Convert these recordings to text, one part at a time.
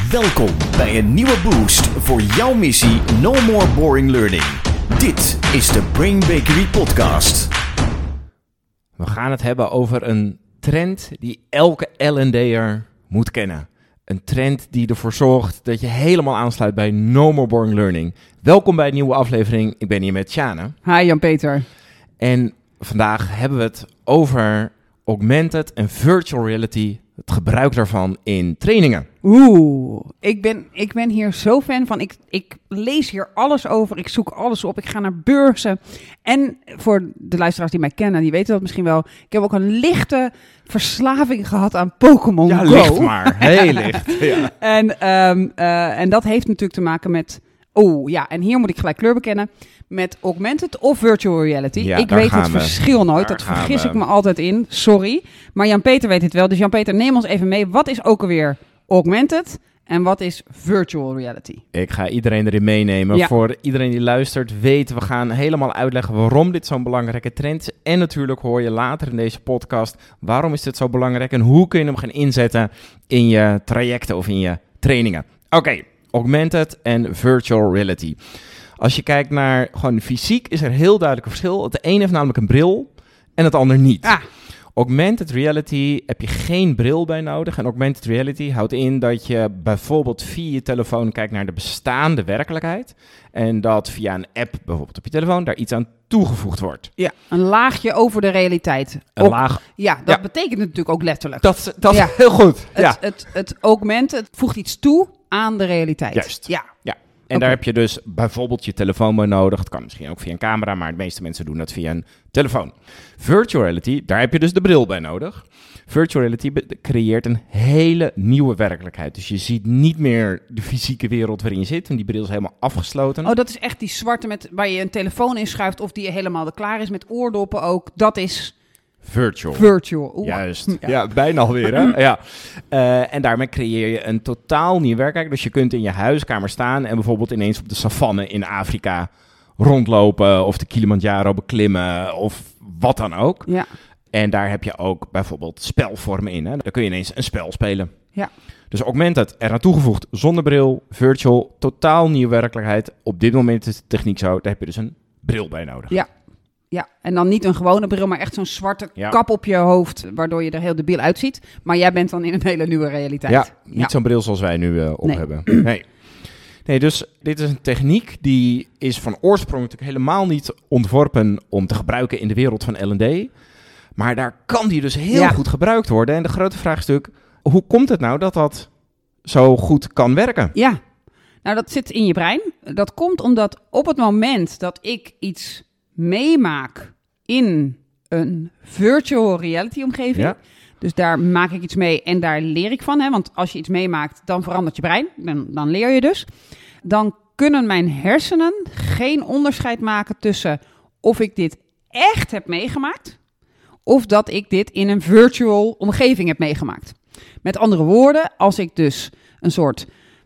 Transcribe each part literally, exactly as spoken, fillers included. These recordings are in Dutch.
Welkom bij een nieuwe boost voor jouw missie No More Boring Learning. Dit is de Brain Bakery podcast. We gaan het hebben over een trend die elke L en D'er moet kennen. Een trend die ervoor zorgt dat je helemaal aansluit bij No More Boring Learning. Welkom bij een nieuwe aflevering. Ik ben hier met Sjane. Hi Jan-Peter. En vandaag hebben we het over augmented en virtual reality. Het gebruik daarvan in trainingen. Oeh, ik ben, ik ben hier zo fan van. Ik, ik lees hier alles over. Ik zoek alles op. Ik ga naar beurzen. En voor de luisteraars die mij kennen, die weten dat misschien wel. Ik heb ook een lichte verslaving gehad aan Pokémon ja, Go. licht maar. Heel licht. Ja. En, um, uh, en dat heeft natuurlijk te maken met... Oh ja, en hier moet ik gelijk kleur bekennen. Met augmented of virtual reality. Ja, ik weet het we. verschil nooit. Daar dat vergis we. ik me altijd in. Sorry. Maar Jan-Peter weet het wel. Dus Jan-Peter, neem ons even mee. Wat is ook alweer augmented en wat is virtual reality? Ik ga iedereen erin meenemen. Ja. Voor iedereen die luistert, weet, we gaan helemaal uitleggen waarom dit zo'n belangrijke trend is. En natuurlijk hoor je later in deze podcast waarom is dit zo belangrijk en hoe kun je hem gaan inzetten in je trajecten of in je trainingen. Oké, okay, augmented en virtual reality. Als je kijkt naar gewoon fysiek is er heel duidelijk een verschil. Het een heeft namelijk een bril en het ander niet. Ah. Augmented reality heb je geen bril bij nodig. En augmented reality houdt in dat je bijvoorbeeld via je telefoon kijkt naar de bestaande werkelijkheid. En dat via een app, bijvoorbeeld op je telefoon, daar iets aan toegevoegd wordt. Ja, een laagje over de realiteit. Een Op, laag. Ja, dat Ja. betekent het natuurlijk ook letterlijk. Dat, dat Ja. is heel goed. Het, Ja. het, het augmenten, het voegt iets toe aan de realiteit. Juist. Ja. Ja. En Oké. daar heb je dus bijvoorbeeld je telefoon bij nodig. Het kan misschien ook via een camera, maar de meeste mensen doen dat via een telefoon. Virtual reality, daar heb je dus de bril bij nodig. Virtual reality be- creëert een hele nieuwe werkelijkheid. Dus je ziet niet meer de fysieke wereld waarin je zit. Want die bril is helemaal afgesloten. Oh, dat is echt die zwarte met waar je een telefoon in schuift of die helemaal er klaar is met oordoppen ook. Dat is Virtual. virtual. Oeh. Juist. Ja. Ja, bijna alweer. Hè? ja. Uh, en daarmee creëer je een totaal nieuwe werkelijkheid. Dus je kunt in je huiskamer staan en bijvoorbeeld ineens op de savanne in Afrika rondlopen of de Kilimanjaro beklimmen of wat dan ook. Ja. En daar heb je ook bijvoorbeeld spelvormen in. Hè? Dan kun je ineens een spel spelen. Ja. Dus augmented eraan toegevoegd zonder bril, virtual, totaal nieuwe werkelijkheid. Op dit moment is de techniek zo, daar heb je dus een bril bij nodig. Ja. Ja, en dan niet een gewone bril, maar echt zo'n zwarte Ja. kap op je hoofd, waardoor je er heel debiel uitziet. Maar jij bent dan in een hele nieuwe realiteit. Ja, niet zo'n bril zoals wij nu uh, op Nee. hebben. Nee. Nee, dus dit is een techniek die is van oorsprong natuurlijk helemaal niet ontworpen om te gebruiken in de wereld van L en D. Maar daar kan die dus heel Ja. goed gebruikt worden. En de grote vraag is natuurlijk, hoe komt het nou dat dat zo goed kan werken? Ja, nou dat zit in je brein. Dat komt omdat op het moment dat ik iets meemaak in een virtual reality omgeving. Ja. Dus daar maak ik iets mee en daar leer ik van. Hè? Want als je iets meemaakt, dan verandert je brein. Dan, dan leer je dus. Dan kunnen mijn hersenen geen onderscheid maken tussen of ik dit echt heb meegemaakt of dat ik dit in een virtual omgeving heb meegemaakt. Met andere woorden, als ik dus een soort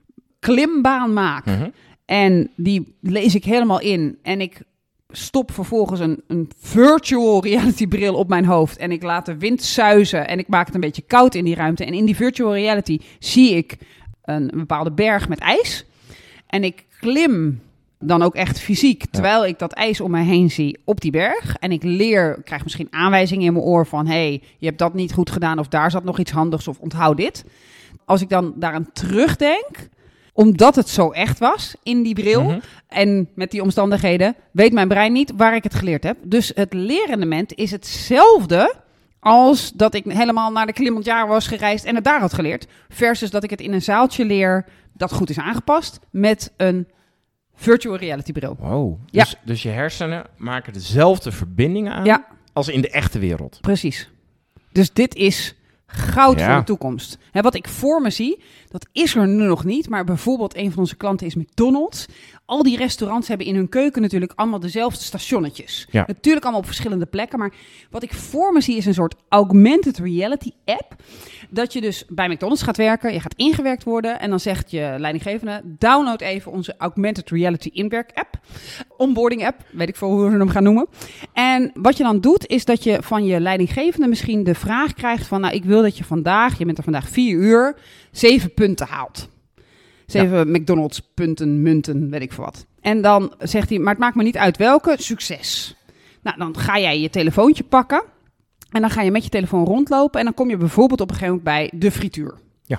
klimbaan maak Mm-hmm. en die lees ik helemaal in en ik stop vervolgens een, een virtual reality bril op mijn hoofd en ik laat de wind suizen en ik maak het een beetje koud in die ruimte. En in die virtual reality zie ik een, een bepaalde berg met ijs en ik klim dan ook echt fysiek, terwijl ik dat ijs om mij heen zie op die berg. En ik leer, ik krijg misschien aanwijzingen in mijn oor van, hé, hey, je hebt dat niet goed gedaan of daar zat nog iets handigs of onthoud dit. Als ik dan daaraan terugdenk, omdat het zo echt was in die bril Mm-hmm. en met die omstandigheden, weet mijn brein niet waar ik het geleerd heb. Dus het lerendement is hetzelfde als dat ik helemaal naar de Kilimanjaro was gereisd en het daar had geleerd. Versus dat ik het in een zaaltje leer dat goed is aangepast met een virtual reality bril. Wow. Ja. Dus, dus je hersenen maken dezelfde verbindingen aan Ja. als in de echte wereld. Precies. Dus dit is goud Ja. voor de toekomst. Hè, wat ik voor me zie, dat is er nu nog niet. Maar bijvoorbeeld een van onze klanten is McDonald's. Al die restaurants hebben in hun keuken natuurlijk allemaal dezelfde stationnetjes. Ja. Natuurlijk allemaal op verschillende plekken. Maar wat ik voor me zie is een soort augmented reality app. Dat je dus bij McDonald's gaat werken. Je gaat ingewerkt worden. En dan zegt je leidinggevende, download even onze augmented reality inwerk app. Onboarding app, weet ik veel hoe we hem gaan noemen. En wat je dan doet, is dat je van je leidinggevende misschien de vraag krijgt van, nou, ik wil dat je vandaag, je bent er vandaag vier uur, zeven punten haalt. Zeven ja. McDonald's punten, munten, weet ik veel wat. En dan zegt hij, maar het maakt me niet uit welke, succes. Nou, dan ga jij je telefoontje pakken en dan ga je met je telefoon rondlopen en dan kom je bijvoorbeeld op een gegeven moment bij de frituur. Ja.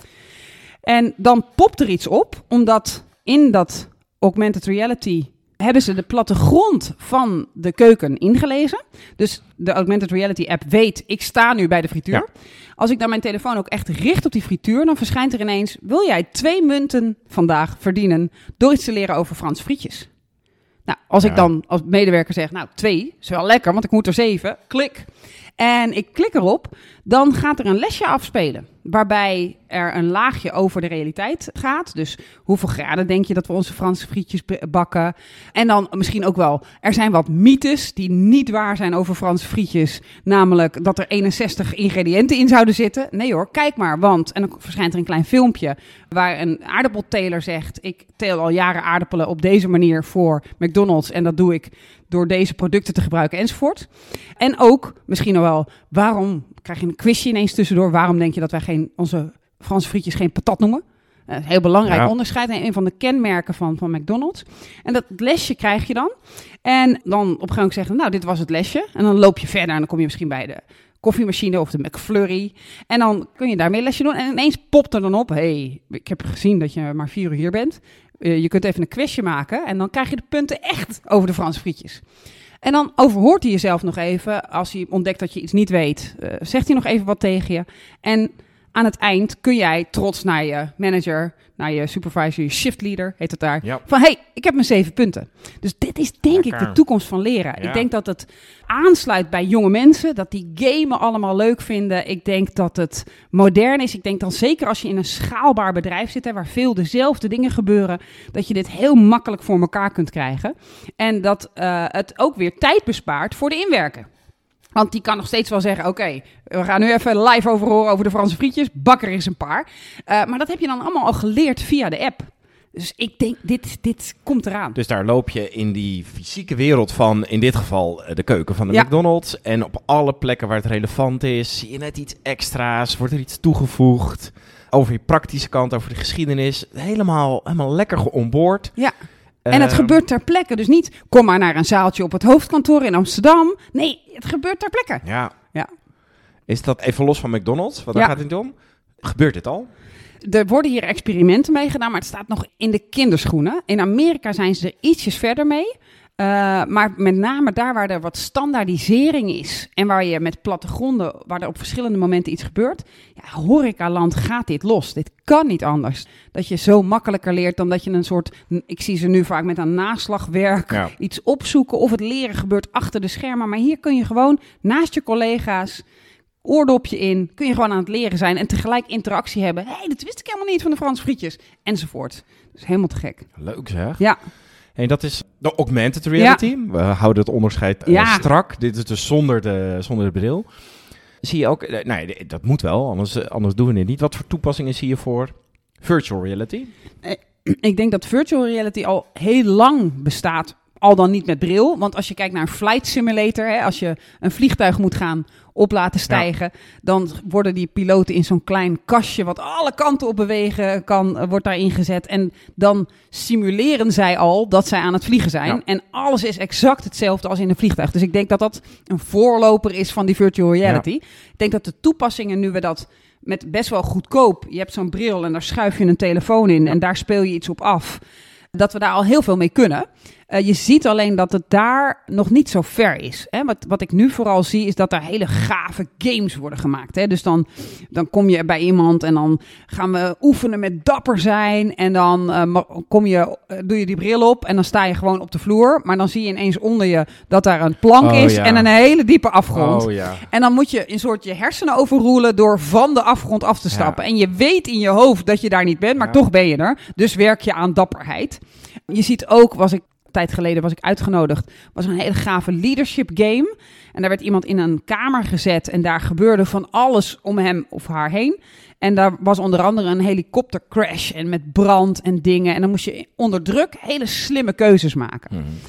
En dan popt er iets op, omdat in dat augmented reality hebben ze de plattegrond van de keuken ingelezen. Dus de augmented reality app weet, ik sta nu bij de frituur. Ja. Als ik dan mijn telefoon ook echt richt op die frituur, dan verschijnt er ineens, wil jij twee munten vandaag verdienen door iets te leren over Frans frietjes? Nou, als ja. ik dan als medewerker zeg, nou twee, is wel lekker, want ik moet er zeven, klik. En ik klik erop, dan gaat er een lesje afspelen. Waarbij er een laagje over de realiteit gaat. Dus hoeveel graden denk je dat we onze Franse frietjes bakken? En dan misschien ook wel, er zijn wat mythes die niet waar zijn over Franse frietjes. Namelijk dat er eenenzestig ingrediënten in zouden zitten. Nee hoor, kijk maar, want... En dan verschijnt er een klein filmpje waar een aardappelteler zegt, ik teel al jaren aardappelen op deze manier voor McDonald's. En dat doe ik door deze producten te gebruiken enzovoort. En ook, misschien nog wel, waarom... krijg je een quizje ineens tussendoor. Waarom denk je dat wij geen, onze Franse frietjes geen patat noemen? Uh, heel belangrijk ja. onderscheid. En een van de kenmerken van, van McDonald's. En dat lesje krijg je dan. En dan op een gegeven moment zeggen, nou, dit was het lesje. En dan loop je verder en dan kom je misschien bij de koffiemachine of de McFlurry. En dan kun je daarmee een lesje doen. En ineens popt er dan op, hey, ik heb gezien dat je maar vier uur hier bent. Uh, je kunt even een quizje maken. En dan krijg je de punten echt over de Franse frietjes. En dan overhoort hij jezelf nog even. Als hij ontdekt dat je iets niet weet, uh, zegt hij nog even wat tegen je. En aan het eind kun jij trots naar je manager, naar je supervisor, je shift leader, heet het daar. Ja. Van, hey, ik heb mijn zeven punten. Dus dit is denk Lekker. ik de toekomst van leren. Ja. Ik denk dat het aansluit bij jonge mensen, dat die gamen allemaal leuk vinden. Ik denk dat het modern is. Ik denk dan zeker als je in een schaalbaar bedrijf zit, hè, waar veel dezelfde dingen gebeuren, dat je dit heel makkelijk voor elkaar kunt krijgen. En dat uh, het ook weer tijd bespaart voor de inwerker. Want die kan nog steeds wel zeggen, oké, okay, we gaan nu even live over horen over de Franse frietjes. Bak er eens een paar. Uh, maar dat heb je dan allemaal al geleerd via de app. Dus ik denk, dit, dit komt eraan. Dus daar loop je in die fysieke wereld van, in dit geval de keuken van de ja. McDonald's. En op alle plekken waar het relevant is, zie je net iets extra's, wordt er iets toegevoegd. Over je praktische kant, over de geschiedenis. Helemaal, helemaal lekker geonboard. Ja. En het uh, gebeurt ter plekke. Dus niet, kom maar naar een zaaltje op het hoofdkantoor in Amsterdam. Nee, het gebeurt ter plekke. Ja. ja. Is dat even los van McDonald's? Wat daar ja. gaat het om? Gebeurt dit al? Er worden hier experimenten mee gedaan, maar het staat nog in de kinderschoenen. In Amerika zijn ze er ietsjes verder mee. Uh, maar met name daar waar er wat standaardisering is en waar je met plattegronden, waar er op verschillende momenten iets gebeurt. Ja, horecaland gaat dit los. Dit kan niet anders. Dat je zo makkelijker leert dan dat je een soort, ik zie ze nu vaak met een naslagwerk, ja. iets opzoeken of het leren gebeurt achter de schermen. Maar hier kun je gewoon naast je collega's, oordopje in, kun je gewoon aan het leren zijn en tegelijk interactie hebben. Hé, hey, dat wist ik helemaal niet van de Franse frietjes, enzovoort. Dus helemaal te gek. Leuk zeg. Ja. En dat is de augmented reality. Ja. We houden het onderscheid uh, ja. strak. Dit is dus zonder de, zonder de bril. Zie je ook, uh, nee, dat moet wel, anders, uh, anders doen we dit niet. Wat voor toepassingen zie je voor virtual reality? Uh, ik denk dat virtual reality al heel lang bestaat, al dan niet met bril. Want als je kijkt naar een flight simulator, hè, als je een vliegtuig moet gaan op laten stijgen, ja. dan worden die piloten in zo'n klein kastje wat alle kanten op bewegen kan, wordt daarin gezet. En dan simuleren zij al dat zij aan het vliegen zijn. Ja. En alles is exact hetzelfde als in een vliegtuig. Dus ik denk dat dat een voorloper is van die virtual reality. Ja. Ik denk dat de toepassingen, nu we dat met best wel goedkoop, je hebt zo'n bril en daar schuif je een telefoon in ja. en daar speel je iets op af, dat we daar al heel veel mee kunnen. Uh, je ziet alleen dat het daar nog niet zo ver is. Hè? Wat, wat ik nu vooral zie is dat er hele gave games worden gemaakt. Hè? Dus dan, dan kom je bij iemand en dan gaan we oefenen met dapper zijn. En dan uh, kom je, uh, doe je die bril op en dan sta je gewoon op de vloer. Maar dan zie je ineens onder je dat daar een plank oh, is ja. en een hele diepe afgrond. Oh, ja. En dan moet je een soort je hersenen overroelen door van de afgrond af te stappen. Ja. En je weet in je hoofd dat je daar niet bent, maar ja. toch ben je er. Dus werk je aan dapperheid. Je ziet ook, was ik tijd geleden was ik uitgenodigd, was een hele gave leadership game. En daar werd iemand in een kamer gezet en daar gebeurde van alles om hem of haar heen. En daar was onder andere een helikoptercrash en met brand en dingen. En dan moest je onder druk hele slimme keuzes maken. Mm.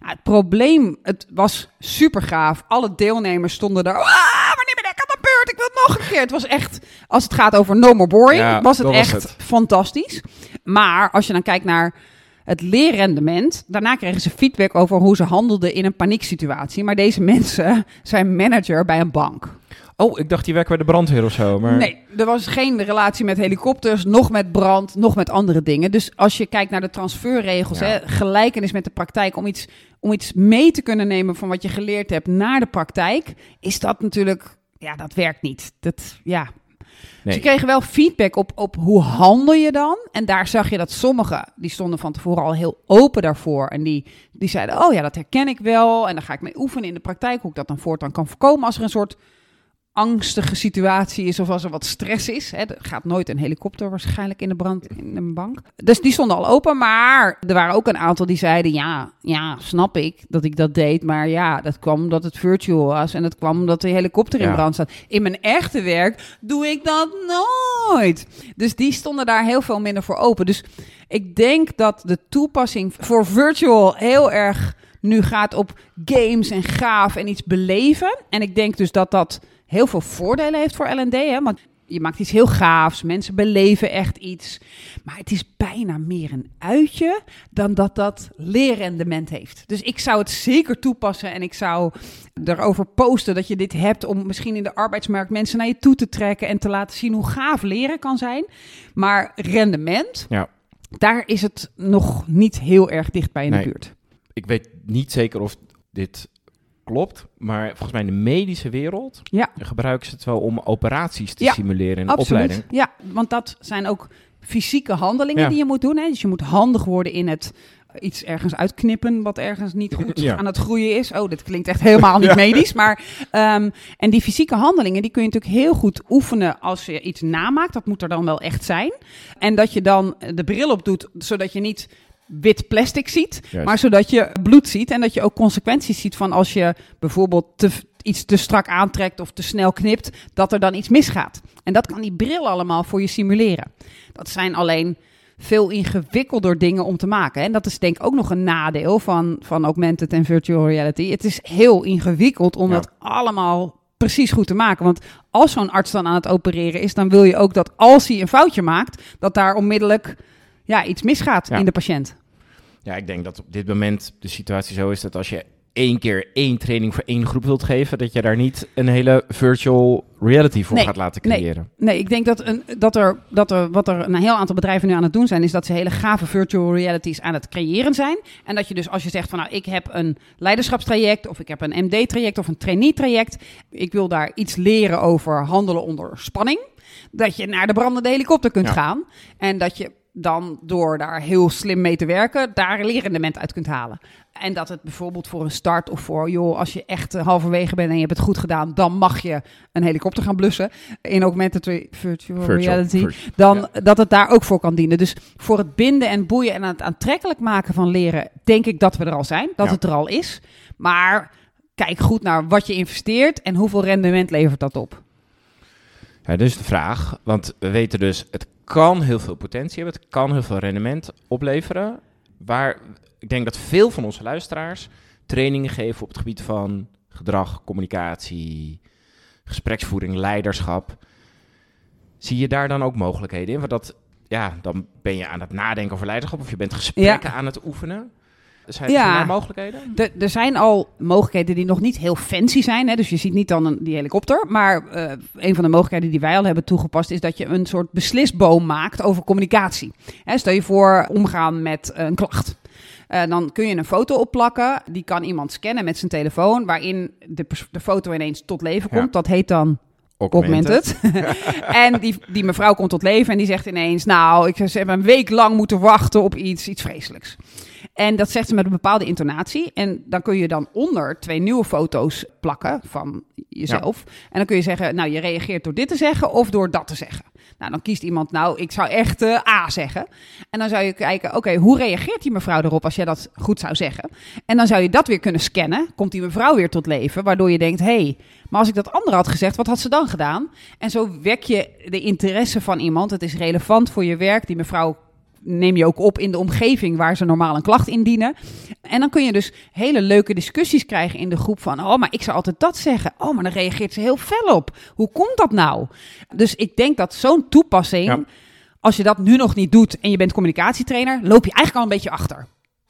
Ja, het probleem, het was super gaaf. Alle deelnemers stonden daar. Ah, wanneer ben ik aan de beurt? Ik wil het nog een keer. Het was echt, als het gaat over No More Boring, Ja, was het dat was echt het. fantastisch. Maar als je dan kijkt naar het leerrendement, daarna kregen ze feedback over hoe ze handelden in een panieksituatie. Maar deze mensen zijn manager bij een bank. Oh, ik dacht die werken bij de brandweer of zo. Maar... Nee, er was geen relatie met helikopters, nog met brand, nog met andere dingen. Dus als je kijkt naar de transferregels, Ja. hè, gelijkenis met de praktijk, om iets, om iets mee te kunnen nemen van wat je geleerd hebt naar de praktijk, is dat natuurlijk, ja, dat werkt niet. Dat, ja. Nee. Ze kregen wel feedback op, op hoe handel je dan. En daar zag je dat sommigen, die stonden van tevoren al heel open daarvoor. En die, die zeiden, oh ja, dat herken ik wel. En dan ga ik mee oefenen in de praktijk, hoe ik dat dan voortaan kan voorkomen als er een soort angstige situatie is of als er wat stress is. Hè. Er gaat nooit een helikopter waarschijnlijk in de brand in een bank. Dus die stonden al open, maar er waren ook een aantal die zeiden, ja, ja, snap ik dat ik dat deed, maar ja, dat kwam omdat het virtual was en dat kwam omdat de helikopter in Ja. brand staat. In mijn echte werk doe ik dat nooit. Dus die stonden daar heel veel minder voor open. Dus ik denk dat de toepassing voor virtual heel erg nu gaat op games en gaaf en iets beleven. En ik denk dus dat dat heel veel voordelen heeft voor L en D. Hè? Want je maakt iets heel gaafs. Mensen beleven echt iets. Maar het is bijna meer een uitje dan dat dat leerrendement heeft. Dus ik zou het zeker toepassen. En ik zou erover posten dat je dit hebt om misschien in de arbeidsmarkt mensen naar je toe te trekken en te laten zien hoe gaaf leren kan zijn. Maar rendement, Ja. daar is het nog niet heel erg dichtbij in Nee. de buurt. Ik weet niet zeker of dit klopt, maar volgens mij in de medische wereld Ja. gebruiken ze het wel om operaties te Ja, simuleren in de Absoluut. opleiding. Ja, want dat zijn ook fysieke handelingen Ja. die je moet doen. Hè? Dus je moet handig worden in het iets ergens uitknippen wat ergens niet goed Ja. aan het groeien is. Oh, dit klinkt echt helemaal niet Ja. medisch. Maar, um, en die fysieke handelingen, die kun je natuurlijk heel goed oefenen als je iets namaakt. Dat moet er dan wel echt zijn. En dat je dan de bril op doet, zodat je niet wit plastic ziet, Juist. maar zodat je bloed ziet en dat je ook consequenties ziet van als je bijvoorbeeld te, iets te strak aantrekt of te snel knipt, dat er dan iets misgaat. En dat kan die bril allemaal voor je simuleren. Dat zijn alleen veel ingewikkelder dingen om te maken. Hè? En dat is denk ik ook nog een nadeel van, van augmented en virtual reality. Het is heel ingewikkeld om Ja. dat allemaal precies goed te maken. Want als zo'n arts dan aan het opereren is, dan wil je ook dat als hij een foutje maakt, dat daar onmiddellijk ja, iets misgaat Ja. in de patiënt. Ja, ik denk dat op dit moment de situatie zo is dat als je één keer één training voor één groep wilt geven, dat je daar niet een hele virtual reality voor Nee, gaat laten nee. creëren. Nee, ik denk dat, een, dat, er, dat er wat er een heel aantal bedrijven nu aan het doen zijn, is dat ze hele gave virtual realities aan het creëren zijn. En dat je dus als je zegt van nou, ik heb een leiderschapstraject of ik heb een M D-traject of een trainee-traject. Ik wil daar iets leren over handelen onder spanning. Dat je naar de brandende helikopter kunt Ja. gaan. En dat je dan door daar heel slim mee te werken, daar een leerrendement uit kunt halen. En dat het bijvoorbeeld voor een start of voor, joh, als je echt uh, halverwege bent en je hebt het goed gedaan, dan mag je een helikopter gaan blussen in augmented re- virtual, Virtual, reality. vir- Dan ja. dat het daar ook voor kan dienen. Dus voor het binden en boeien en het aantrekkelijk maken van leren, denk ik dat we er al zijn, dat Ja. het er al is. Maar kijk goed naar wat je investeert en hoeveel rendement levert dat op. Ja, dus de vraag, want we weten dus, het kan heel veel potentie hebben, het kan heel veel rendement opleveren. Waar ik denk dat veel van onze luisteraars trainingen geven op het gebied van gedrag, communicatie, gespreksvoering, leiderschap. Zie je daar dan ook mogelijkheden in? Want dat, ja, dan ben je aan het nadenken over leiderschap of je bent gesprekken aan het oefenen. Zijn, Ja. zijn er mogelijkheden? Er, er zijn al mogelijkheden die nog niet heel fancy zijn. Hè? Dus je ziet niet dan een, die helikopter. Maar uh, een van de mogelijkheden die wij al hebben toegepast is dat je een soort beslisboom maakt over communicatie. Hè, stel je voor omgaan met een klacht. Uh, dan kun je een foto opplakken. Die kan iemand scannen met zijn telefoon. Waarin de, pers- de foto ineens tot leven komt. Ja. Dat heet dan augmented. En die, die mevrouw komt tot leven en die zegt ineens, nou, ik, ze hebben een week lang moeten wachten op iets, iets vreselijks. En dat zegt ze met een bepaalde intonatie. En dan kun je dan onder twee nieuwe foto's plakken van jezelf. Ja. En dan kun je zeggen, nou, je reageert door dit te zeggen of door dat te zeggen. Nou, dan kiest iemand, nou, ik zou echt uh, A zeggen. En dan zou je kijken, oké, okay, hoe reageert die mevrouw erop als jij dat goed zou zeggen? En dan zou je dat weer kunnen scannen. Komt die mevrouw weer tot leven, waardoor je denkt, hé, hey, maar als ik dat andere had gezegd, wat had ze dan gedaan? En zo wek je de interesse van iemand. Het is relevant voor je werk. Die mevrouw neem je ook op in de omgeving waar ze normaal een klacht indienen. En dan kun je dus hele leuke discussies krijgen in de groep van, oh, maar ik zou altijd dat zeggen. Oh, maar dan reageert ze heel fel op. Hoe komt dat nou? Dus ik denk dat zo'n toepassing, ja. als je dat nu nog niet doet en je bent communicatietrainer, loop je eigenlijk al een beetje achter.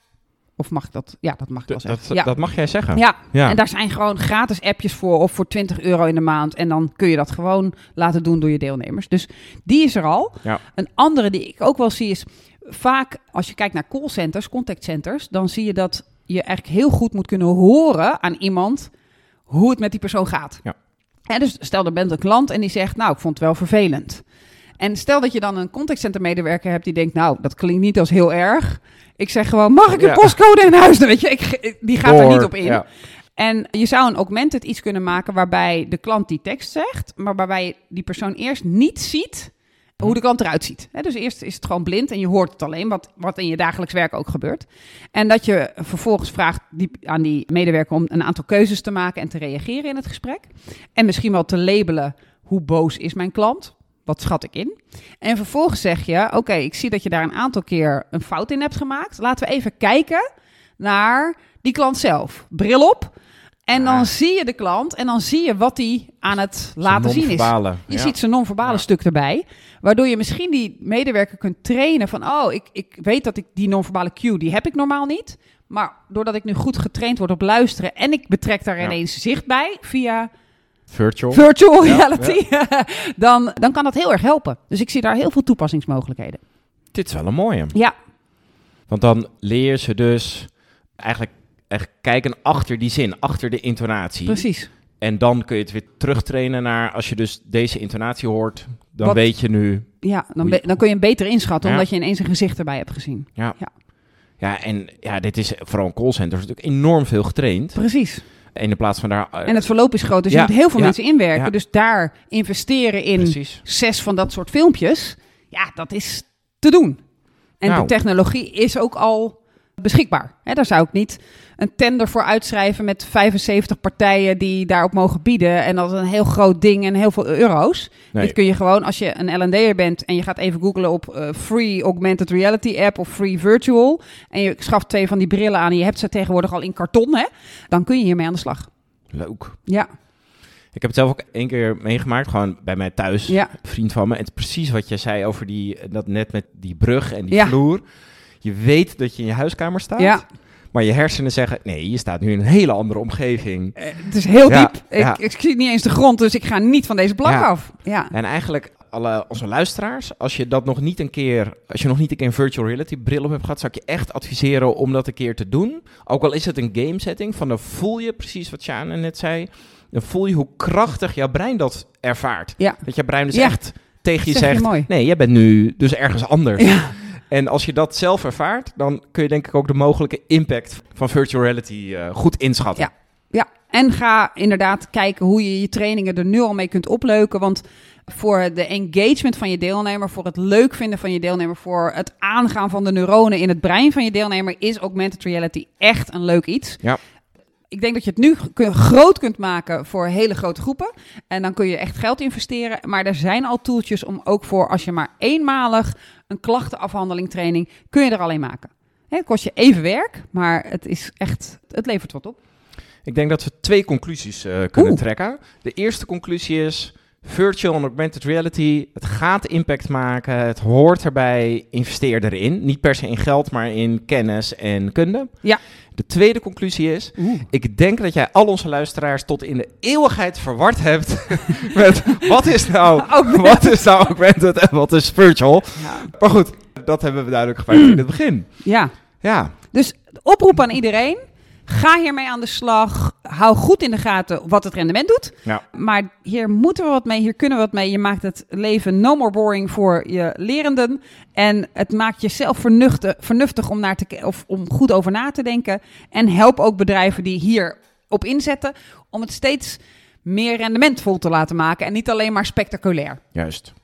Of mag ik dat? Ja, dat mag ik wel zeggen. Dat, ja. dat mag jij zeggen. Ja. ja, en daar zijn gewoon gratis appjes voor of voor twintig euro in de maand. En dan kun je dat gewoon laten doen door je deelnemers. Dus die is er al. Ja. Een andere die ik ook wel zie is, vaak als je kijkt naar callcenters, contactcenters, dan zie je dat je eigenlijk heel goed moet kunnen horen aan iemand hoe het met die persoon gaat. Ja. En dus stel, er bent een klant en die zegt, nou, ik vond het wel vervelend. En stel dat je dan een contactcentermedewerker hebt die denkt, nou, dat klinkt niet als heel erg. Ik zeg gewoon, mag ik een ja. postcode in huis? Weet je, ik, die gaat Door, er niet op in. Ja. En je zou een augmented iets kunnen maken waarbij de klant die tekst zegt, maar waarbij die persoon eerst niet ziet hoe de klant eruit ziet. He, dus eerst is het gewoon blind en je hoort het alleen, wat, wat in je dagelijks werk ook gebeurt. En dat je vervolgens vraagt die, aan die medewerker om een aantal keuzes te maken en te reageren in het gesprek. En misschien wel te labelen, hoe boos is mijn klant? Wat schat ik in? En vervolgens zeg je, oké, okay, ik zie dat je daar een aantal keer een fout in hebt gemaakt. Laten we even kijken naar die klant zelf. Bril op. En dan ah. zie je de klant en dan zie je wat hij aan het laten zien is. Je ja. ziet zijn non-verbale ja. stuk erbij. Waardoor je misschien die medewerker kunt trainen van, oh, ik, ik weet dat ik die non-verbale cue, die heb ik normaal niet. Maar doordat ik nu goed getraind word op luisteren en ik betrek daar ja. ineens zicht bij via Virtual, Virtual reality, ja, ja. dan, dan kan dat heel erg helpen. Dus ik zie daar heel veel toepassingsmogelijkheden. Dit is wel een mooie. Ja. Want dan leer je ze dus eigenlijk echt kijken achter die zin, achter de intonatie. Precies. En dan kun je het weer terugtrainen naar, als je dus deze intonatie hoort, dan Wat, weet je nu. Ja, dan, be, dan kun je hem beter inschatten, ja. omdat je ineens een gezicht erbij hebt gezien. Ja. Ja, ja en ja, dit is vooral een callcenter natuurlijk enorm veel getraind. Precies. En in plaats van daar... Uh, en het verloop is groot, dus ja, je moet heel veel ja, mensen inwerken. Ja. Dus daar investeren in Precies. zes van dat soort filmpjes, ja, dat is te doen. En nou. de technologie is ook al beschikbaar. He, daar zou ik niet een tender voor uitschrijven met vijfenzeventig partijen die daarop mogen bieden. En dat is een heel groot ding en heel veel euro's. Nee. Dit kun je gewoon, als je een L en D'er bent en je gaat even googlen op uh, free augmented reality app of free virtual. En je schaft twee van die brillen aan en je hebt ze tegenwoordig al in karton. Hè, dan kun je hiermee aan de slag. Leuk. Ja. Ik heb het zelf ook één keer meegemaakt, gewoon bij mij thuis. Ja. Een vriend van me. En het is precies wat je zei over die, dat net met die brug en die ja. vloer. Je weet dat je in je huiskamer staat. Ja. Maar je hersenen zeggen, nee, je staat nu in een hele andere omgeving. Uh, het is heel ja, diep. Ik, ja. ik zie niet eens de grond, dus ik ga niet van deze plank ja. af. Ja. En eigenlijk, alle onze luisteraars, als je dat nog niet een keer, als je nog niet een keer een virtual reality bril op hebt gehad, zou ik je echt adviseren om dat een keer te doen. Ook al is het een game setting, van dan voel je precies wat Sjane net zei. Dan voel je hoe krachtig jouw brein dat ervaart. Ja. Dat jouw brein dus ja. echt tegen je zeg zegt, je mooi. nee, jij bent nu dus ergens anders. Ja. En als je dat zelf ervaart, dan kun je denk ik ook de mogelijke impact van virtual reality uh, goed inschatten. Ja. ja, en ga inderdaad kijken hoe je je trainingen er nu al mee kunt opleuken. Want voor de engagement van je deelnemer, voor het leuk vinden van je deelnemer, voor het aangaan van de neuronen in het brein van je deelnemer, is augmented reality echt een leuk iets. Ja. Ik denk dat je het nu kun, groot kunt maken voor hele grote groepen. En dan kun je echt geld investeren. Maar er zijn al tooltjes om ook voor, als je maar eenmalig een klachtenafhandeling training, kun je er alleen maken. He, het kost je even werk, maar het is echt, het levert wat op. Ik denk dat we twee conclusies uh, kunnen Oeh. trekken. De eerste conclusie is, virtual en augmented reality, het gaat impact maken, het hoort erbij, investeer erin. Niet per se in geld, maar in kennis en kunde. Ja. De tweede conclusie is, Oeh. ik denk dat jij al onze luisteraars tot in de eeuwigheid verward hebt met wat is nou, wat is nou augmented en wat is virtual. Ja. Maar goed, dat hebben we duidelijk gemaakt in het begin. Ja. Ja. Dus oproep aan iedereen. Ga hiermee aan de slag. Hou goed in de gaten wat het rendement doet. Ja. Maar hier moeten we wat mee, hier kunnen we wat mee. Je maakt het leven no more boring voor je lerenden. En het maakt jezelf vernuftig, vernuftig om, naar te, of om goed over na te denken. En help ook bedrijven die hier op inzetten om het steeds meer rendementvol te laten maken. En niet alleen maar spectaculair. Juist.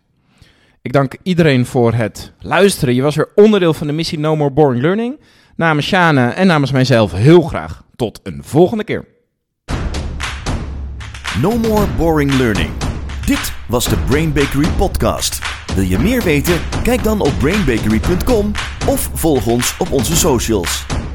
Ik dank iedereen voor het luisteren. Je was weer onderdeel van de missie No More Boring Learning. Namens Sjane en namens mijzelf heel graag tot een volgende keer. No More Boring Learning. Dit was de Brain Bakery podcast. Wil je meer weten? Kijk dan op brain bakery punt com of volg ons op onze socials.